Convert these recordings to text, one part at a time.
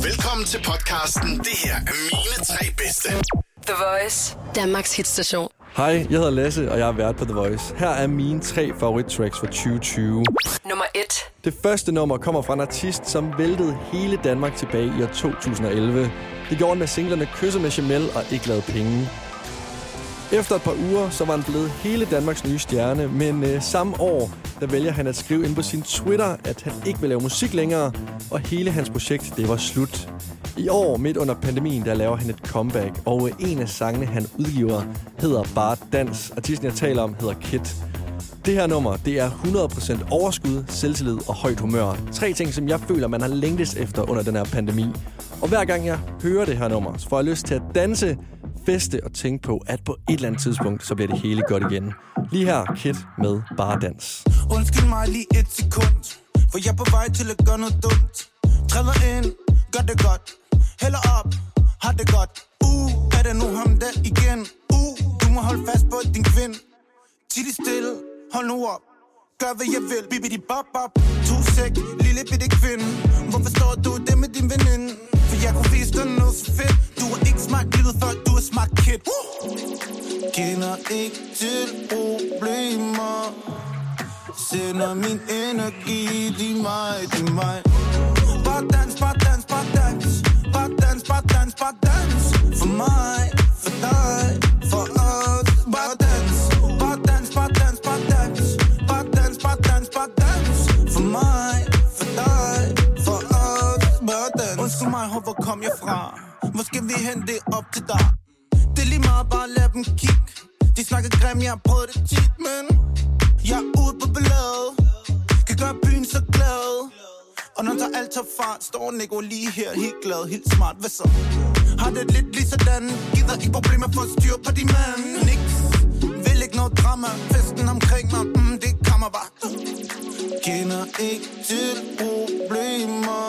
Velkommen til podcasten. Det her er mine 3 bedste. The Voice, Danmarks hitstation. Hej, jeg hedder Lasse, og jeg er vært på The Voice. Her er mine 3 favorittracks for 2020. Nummer 1. Det første nummer kommer fra en artist, som væltede hele Danmark tilbage i år 2011. Det gjorde han med singlerne Kysser med Jamel og Ikke Lade Penge. Efter et par uger, så var han blevet hele Danmarks nye stjerne, men samme år, der vælger han at skrive ind på sin Twitter, at han ikke vil lave musik længere, og hele hans projekt, det var slut. I år, midt under pandemien, der laver han et comeback, og en af sangene, han udgiver, hedder Bare Dans. Artisten, jeg taler om, hedder Kit. Det her nummer, det er 100% overskud, selvtillid og højt humør. 3 ting, som jeg føler, man har længtes efter under den her pandemi. Og hver gang jeg hører det her nummer, så får jeg lyst til at danse, feste og tænke på, at på et eller andet tidspunkt, så bliver det hele godt igen. Lige her, Kit med Bare Dans. Undskyld mig lige et sekund, for jeg er på vej til at gøre noget dumt. Træder ind, gør det godt, hælder op, har det godt. Er det nu ham der igen? Du må holde fast på din kvind. Tid stille, hold nu op, gør hvad jeg vil. Bibidi bop bop, 2 sæk, lille bitte kvinde. Hvorfor står du det med din veninde? For jeg kunne vise dig noget så fedt. Du har ikke smagt livet før, du er smagt kid. Kender ikke til problemer. Sender min energi, de mig. Bare dans, bare dans, bare dans. Bare dans, bare dans, bare dans. For mig, for dig, for os. Bare dans, bare dans, bare dans, bare dans. Bare dans, bare dans, bare dans. For mig, for dig, for os. Bare dans. Undskyld mig, hvor kom jeg fra? Hvor skal vi hen, det op til dig? Det er lige meget, bare lad dem kigge. De snakker grim, jeg har prøvet det tit, men jeg er ude på ballade. Kan gøre byen så glad. Og når der alt tager fart, står Nico lige her, helt glad, helt smart. Hvad så? Har det lidt lige sådan. Gider ikke problemer for at styre på de mand. Niks, vil ikke noget drama. Festen omkring mig, det kommer bare. Kender ikke til problemer.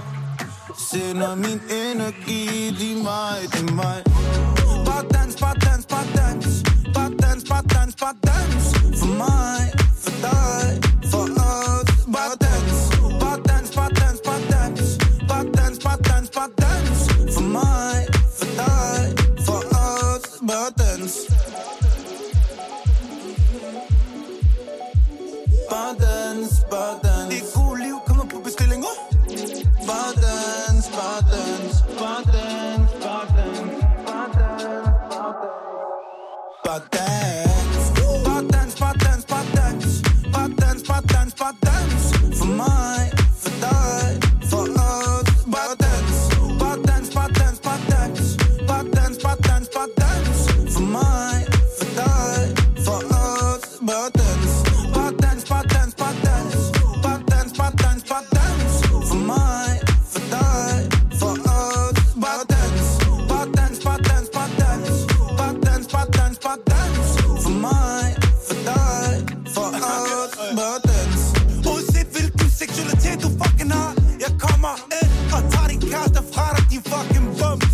Sender min energi, de mig. Bare dans, bare dans, bare dans. Bare dans, bare dans, bare dans. For mig, for dig, for os. Bare dans, bare dans, bare dans, bare dans. Bare dans, bare dans, bare dans. For mig, for dig, for os. Bare dans. Bare dans, bare dans. Det gode liv kommer på bestilling. Bare dans, bare dans. Bare dans, bare dans. Bare dans, bare dans. Bare dans. Bare dans, bare dans, bare dans. Bare dans, bare dans, bare dans. For mig, for dig, for os. Bare dans. Bare dans, bare dans, bare dans. Bare dans, bare dans, bare dans. For mig, for dig, for os. Bare dans. Bare dans, bare dans, bare dans. Bare dans, bare dans, bare dans. For mig, for dig, for os. Bare dans. Bare dans, bare dans, bare dans. Bare dans, bare dans, bare dans. For mig, for dig, for os. Bare dans. Uanset hvilken seksualitet du fucking har, jeg kommer ind og tager din kæreste fra dig, din fucking bums.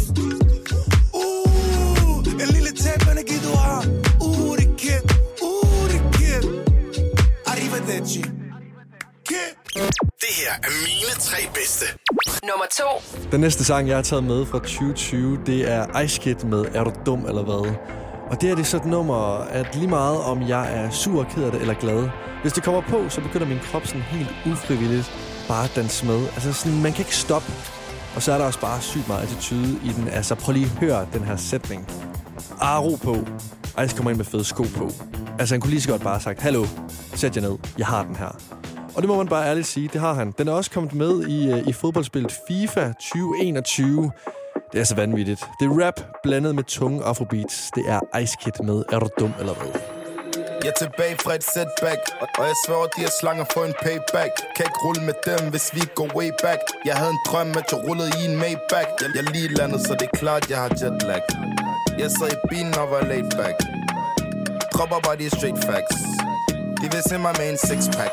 En lille tab-energi du har. Det er kid. Det er kid. Arrivederci. Kid. Det her er mine 3 bedste. Nummer 2. Den næste sang, jeg har taget med fra 2020, det er Ice Kid med Er du dum eller hvad? Og det er det sådan et nummer, at lige meget om jeg er sur, ked af det eller glad, hvis det kommer på, så begynder min krop sådan helt ufrivilligt bare at danse med. Altså sådan, man kan ikke stoppe. Og så er der også bare sygt meget attitude i den. Altså prøv lige at høre den her sætning. Ro på. Ice kommer ind med fede sko på. Altså han kunne lige så godt bare have sagt, hallo, sæt jer ned, jeg har den her. Og det må man bare ærligt sige, det har han. Den er også kommet med i fodboldspillet FIFA 2021. Det er så vanvittigt. Det er rap blandet med tunge afrobeats. Det er Ice Kid med Er du dum eller hvad? Jeg er tilbage fra et setback, og jeg sværger, de her slanger for en payback. Kan ikke rulle med dem, hvis vi går way back. Jeg havde en drøm, at jeg rullede i en Maybach. Jeg lige landet, så det er klart, jeg har jetlag. Jeg sad i bilen og var laid back. Dropper bare de straight facts. De vil se mig med en sixpack.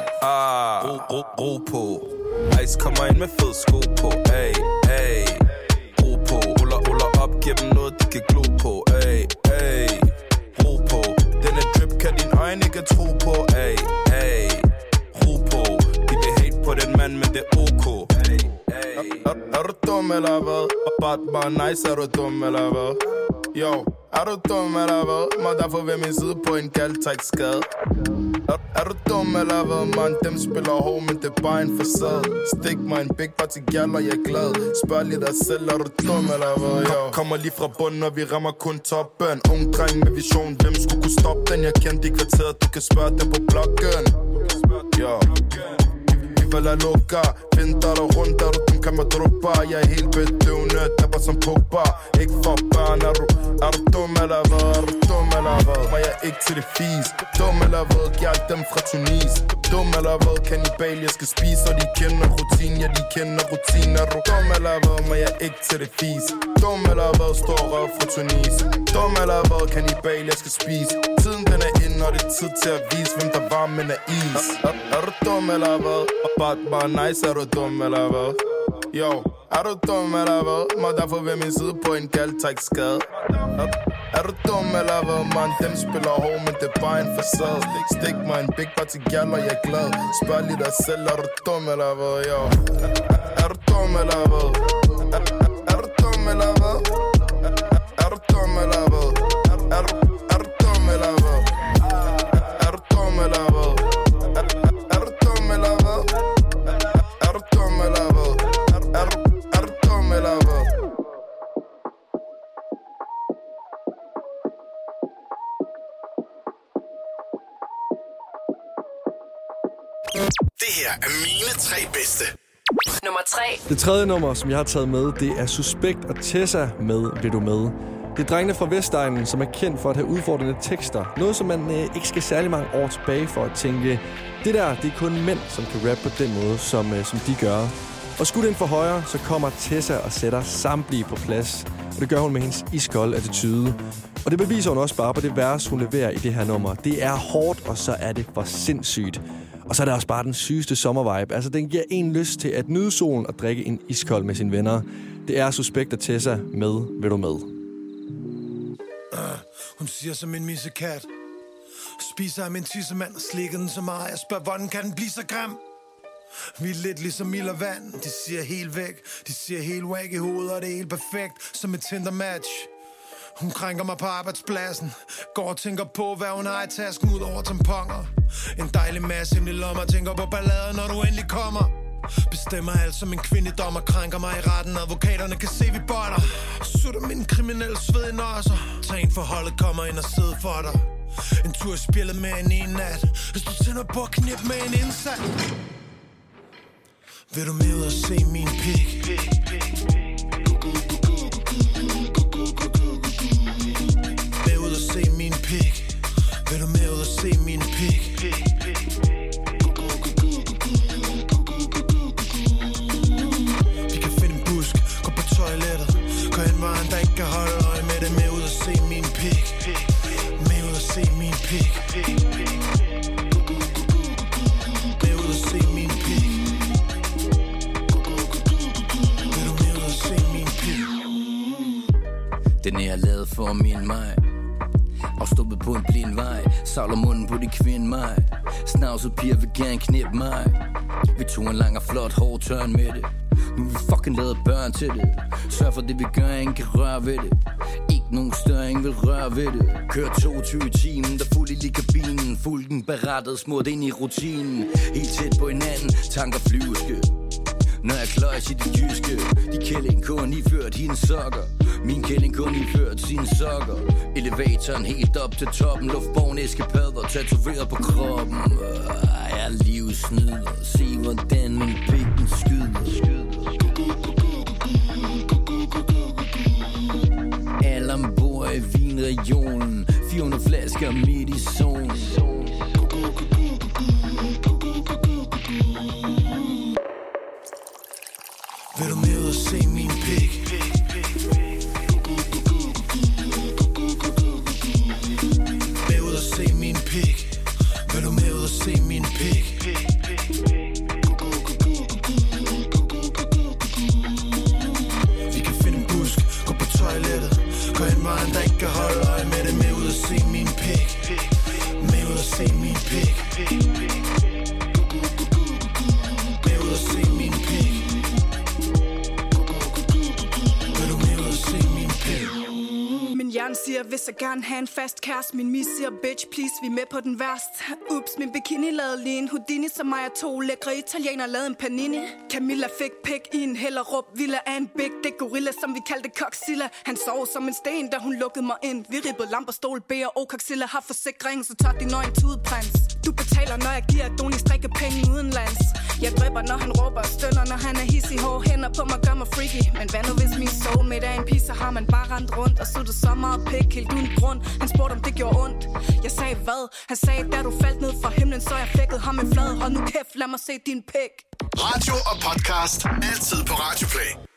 Ro på. Ice kommer ind med fed sko på. Ay, ay. Ro på. Ruller op, giv dem noget, de kan glo på. Ay, ay. Ro på. Denne drip kan din øjne ikke tro på. Ay, ay. Ro på. De vil hate på den mand, men det er ok. Ay, ay. Er du dum eller hvad? Bare nice, er du dum eller hvad? Jo, er du dum eller hvad? Må derfor ved min side på en galt skade. Er du dum eller hvad, man? Dem spiller hård, men det er bare en facade. Stik mig en big party gal, og jeg er glad. Spørg lige dig selv, er du dum eller hvad? Jo. Kommer lige fra bunden, og vi rammer kun toppen. Ung dreng med vision, hvem skulle kunne stoppe den? Jeg kendte i kvarteret, du kan spørge dem på bloggen. Jo. Vel er lukka, finder dig rundt, er du dum, kan man druppe. Jeg er helt bedøvende, dabber som Pogba. Ikke for børn, er du dum eller hvad? Er du dum eller hvad? Var jeg ikke til det fis? Dum eller hvad? Gjald dem fra Tunis. Dum eller hvad? Kannibal, jeg skal spise, og de kender rutin. Ja, de kender rutin. Er du dum eller hvad? Var jeg ikke til det fis? Dum eller hvad? Stor røv fra Tunis. Dum eller hvad? Kannibal, jeg skal spise. Tiden den er inde, og det er tid til at vise, hvem der var, men er is. Er du dum eller hvad? Bare nice, er du dum eller hvad? Jo, er du dum eller hvad? Må derfor ved min side på en galt skade. Er du dum eller hvad, man? Dem spiller hård, men det er bare en facade. Stik mig en big party gal, og jeg er glad. Spørg lige dig selv, er du dum eller hvad? Jo, er du dum eller hvad? Er du dum eller hvad? Er du dum eller hvad? Er du dum eller hvad? Er du dum eller hvad? Er du dum eller hvad? Er du dum eller hvad? Er du dum eller hvad? Det her er mine 3 bedste. Nummer 3. Det tredje nummer, som jeg har taget med, det er Suspekt og Tessa med Vil du med. Det er drengene fra Vestegnen, som er kendt for at have udfordrende tekster. Noget, som man ikke skal særlig mange år tilbage for at tænke, det der, det er kun mænd, som kan rappe på den måde, som de gør. Og skudt ind for højre, så kommer Tessa og sætter samtlige på plads. Og det gør hun med hendes iskolde attitude. Og det beviser hun også bare på det vers, hun leverer i det her nummer. Det er hårdt, og så er det for sindssygt. Og så er det også bare den sygeste sommervibe. Altså, den giver en lyst til at nyde solen og drikke en iskold med sine venner. Det er Suspekt og Tessa med Vil du med. Hun siger som en missekat. Spiser af min tissemand og slikker den så meget. Jeg spørger, hvordan kan den blive så grim? Vi er lidt ligesom ild og vand. De siger helt væk. De siger helt whack i hovedet, og det er helt perfekt. Som et Tinder-match. Hun krænker mig på arbejdspladsen. Går og tænker på, hvad hun har i tasken ud over tamponer. En dejlig masse ind i lommer. Tænker på ballader, når du endelig kommer. Bestemmer alt som en kvindedommer. Krænker mig i retten. Advokaterne kan se, vi botter. Sutter min kriminelle sved i nosser. Tag en forholdet, kommer ind og sidder for dig. En tur i spillet med en nat. Hvis du tænder på at knip med en indsat. Vil du med ud og se min pik? Med ud og se min pik. Vil du med ud og se min pik? Vi kan finde en busk, gå på toilettet. Gå hen vejen, der ikke kan holde øje med det. Med ud og se min pik. Med ud og se min pik. Med ud og se min pik. Den er lavet for min mig. Afstuppet på en blind vej. Savler munden på de kvinde mig. Snavset piger vil gerne knippe mig. Vi tog en lang og flot hård tørn med det. Nu vi fucking lavet børn til det. Sørg for det vi gør, ingen kan røre ved det. Ikke nogen større, ingen vil røre ved det. Kør 22 i timen, der fuld i kabinen. Fulden berettet, smurt ind i rutinen. Helt tæt på hinanden, tanker flyveske. Når jeg kløjs i det jyske. De kælling kun iført hendes sokker. Min kælling kun iført sine sokker. Elevatoren helt op til toppen. Luftborgen eskapader tatoveret på kroppen. Jeg er livsnyder. Se hvordan min pik den skyder. Alle ombord i vinregionen. 400 flasker midt i zonen. Vil du med ud og se min pik? Med ud og se min pik. Vil du med ud og se min pik? Vi kan finde en busk, gå på toilettet. Gå hen vejen, der ikke kan holde øje med det. Med ud og se min pik. gerne siger, hvis jeg gerne have en fast kæreste. Min mis siger, bitch, please, vi med på den værst. Ups, min bikini lavede lige en Houdini, som mig og 2 lækre italiener lavede en panini. Camilla fik pik i en Hellerup villa af en big dick gorilla, som vi kaldte Coxilla. Han sov som en sten, da hun lukkede mig ind. Vi ribbede lamper, stol, bære og Coxilla har forsikring, så tager din øjne tudprins. Du betaler, når jeg giver Adonis strikke penge udenlands. Jeg dræber, når han råber og stønner, når han er hissig. Hårde hænder på mig, gør mig freaky. Men hvad nu hvis min soulmate er en pige, så har man bare rendt rundt og suttet så meget pik, helt uden grund. Han spurgte, om det gjorde ondt. Jeg sagde hvad? Han sagde, da du faldt ned fra himlen, så jeg flækkede ham en flad. Hold nu kæft, lad mig se din pik. Radio og podcast, altid på Radio Play.